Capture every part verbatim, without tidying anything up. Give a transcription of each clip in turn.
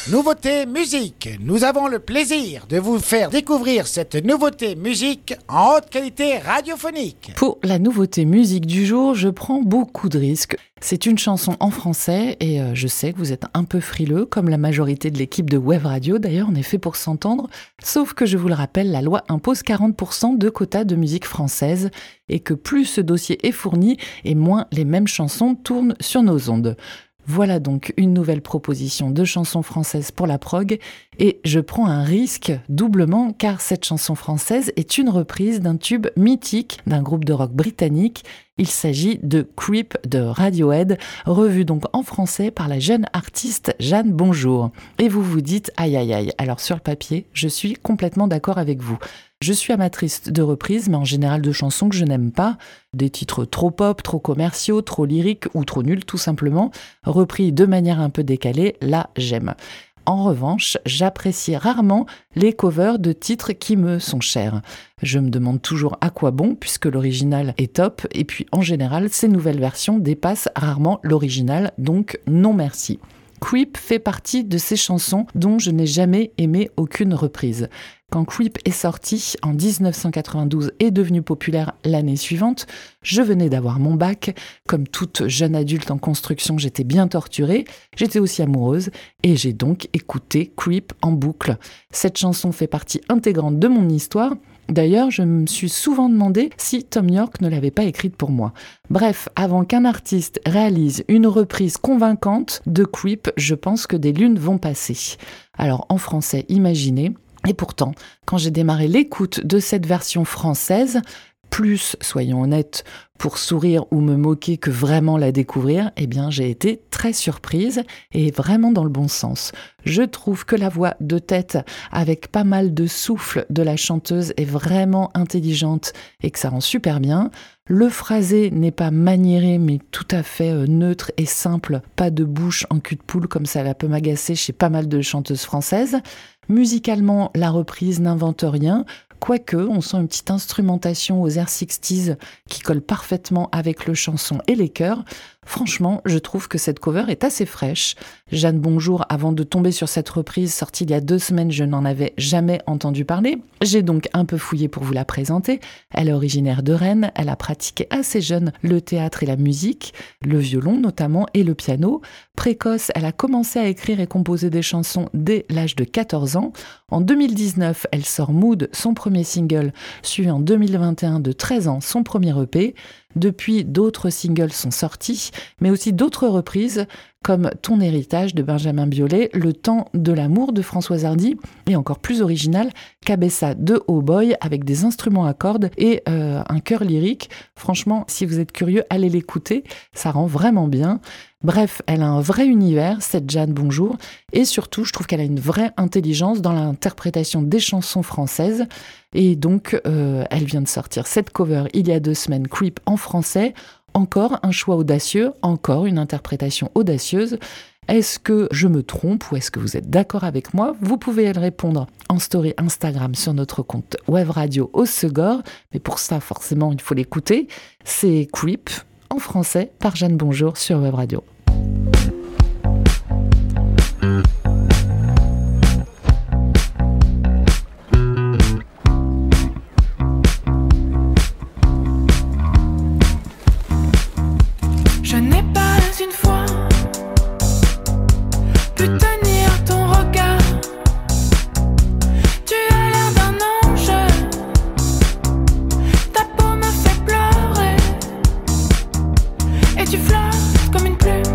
Nouveauté musique. Nous avons le plaisir de vous faire découvrir cette nouveauté musique en haute qualité radiophonique. Pour la nouveauté musique du jour, je prends beaucoup de risques. C'est une chanson en français et euh, je sais que vous êtes un peu frileux, comme la majorité de l'équipe de Web Radio. D'ailleurs, on est fait pour s'entendre. Sauf que je vous le rappelle, la loi impose quarante pour cent de quotas de musique française et que plus ce dossier est fourni et moins les mêmes chansons tournent sur nos ondes. Voilà donc une nouvelle proposition de chanson française pour la prog et je prends un risque doublement car cette chanson française est une reprise d'un tube mythique d'un groupe de rock britannique. Il s'agit de Creep de Radiohead, revu donc en français par la jeune artiste Jeanne Bonjour. Et vous vous dites aïe aïe aïe, alors sur le papier, je suis complètement d'accord avec vous. Je suis amatrice de reprises, mais en général de chansons que je n'aime pas. Des titres trop pop, trop commerciaux, trop lyriques ou trop nuls tout simplement. Repris de manière un peu décalée, là j'aime. En revanche, j'apprécie rarement les covers de titres qui me sont chers. Je me demande toujours à quoi bon, puisque l'original est top, et puis en général, ces nouvelles versions dépassent rarement l'original, donc non merci. Creep fait partie de ces chansons dont je n'ai jamais aimé aucune reprise. Quand Creep est sorti en dix-neuf cent quatre-vingt-douze et devenu populaire l'année suivante, je venais d'avoir mon bac. Comme toute jeune adulte en construction, j'étais bien torturée, j'étais aussi amoureuse et j'ai donc écouté Creep en boucle. Cette chanson fait partie intégrante de mon histoire. D'ailleurs, je me suis souvent demandé si Thom Yorke ne l'avait pas écrite pour moi. Bref, avant qu'un artiste réalise une reprise convaincante de Creep, je pense que des lunes vont passer. Alors en français, imaginez. Et pourtant, quand j'ai démarré l'écoute de cette version française, plus, soyons honnêtes, pour sourire ou me moquer que vraiment la découvrir, eh bien j'ai été très surprise et vraiment dans le bon sens. Je trouve que la voix de tête avec pas mal de souffle de la chanteuse est vraiment intelligente et que ça rend super bien. Le phrasé n'est pas maniéré mais tout à fait neutre et simple, pas de bouche en cul de poule comme ça peut m'agacer chez pas mal de chanteuses françaises. Musicalement, la reprise n'invente rien. Quoique, on sent une petite instrumentation aux airs sixties qui colle parfaitement avec le chanson et les chœurs. Franchement, je trouve que cette cover est assez fraîche. Jeanne Bonjour, avant de tomber sur cette reprise sortie il y a deux semaines, je n'en avais jamais entendu parler. J'ai donc un peu fouillé pour vous la présenter. Elle est originaire de Rennes, elle a pratiqué assez jeune le théâtre et la musique, le violon notamment et le piano. Précoce, elle a commencé à écrire et composer des chansons dès l'âge de quatorze ans. En deux mille dix-neuf, elle sort Mood, son premier single, suivi en deux mille vingt et un de treize ans, son premier E P. Depuis, d'autres singles sont sortis, mais aussi d'autres reprises, comme Ton héritage de Benjamin Biolay, Le temps de l'amour de Françoise Hardy, et encore plus original, Cabessa de Oh Boy, avec des instruments à cordes et euh, un chœur lyrique. Franchement, si vous êtes curieux, allez l'écouter, ça rend vraiment bien. Bref, elle a un vrai univers, cette Jeanne Bonjour, et surtout, je trouve qu'elle a une vraie intelligence dans l'interprétation des chansons françaises. Et donc, euh, elle vient de sortir cette cover il y a deux semaines, Creep en français. Encore un choix audacieux, encore une interprétation audacieuse. Est-ce que je me trompe ou est-ce que vous êtes d'accord avec moi ? Vous pouvez le répondre en story Instagram sur notre compte Web Radio au Segor. Mais pour ça, forcément, il faut l'écouter. C'est Creep en français par Jeanne Bonjour sur Web Radio. Tu flottes comme une plume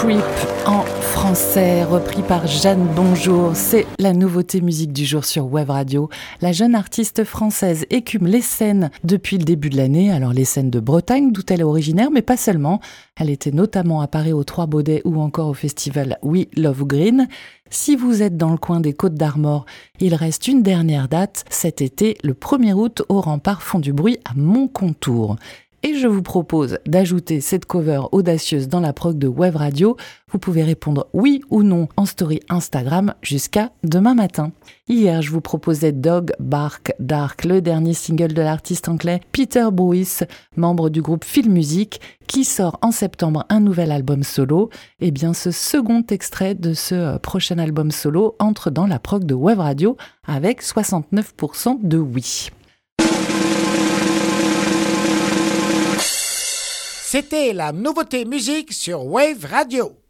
Creep en français, repris par Jeanne Bonjour. C'est la nouveauté musique du jour sur Web Radio. La jeune artiste française écume les scènes depuis le début de l'année. Alors les scènes de Bretagne, d'où elle est originaire, mais pas seulement. Elle était notamment à Paris aux Trois Baudets ou encore au festival We Love Green. Si vous êtes dans le coin des Côtes d'Armor, il reste une dernière date cet été, le premier août, au Rempart Font du Bruit à Montcontour. Et je vous propose d'ajouter cette cover audacieuse dans la prog de Web Radio. Vous pouvez répondre oui ou non en story Instagram jusqu'à demain matin. Hier, je vous proposais Dog Bark Dark, le dernier single de l'artiste anglais Peter Brewis, membre du groupe Film Music, qui sort en septembre un nouvel album solo. Et bien, ce second extrait de ce prochain album solo entre dans la prog de Web Radio avec soixante-neuf pour cent de oui. C'était la nouveauté musique sur Wave Radio.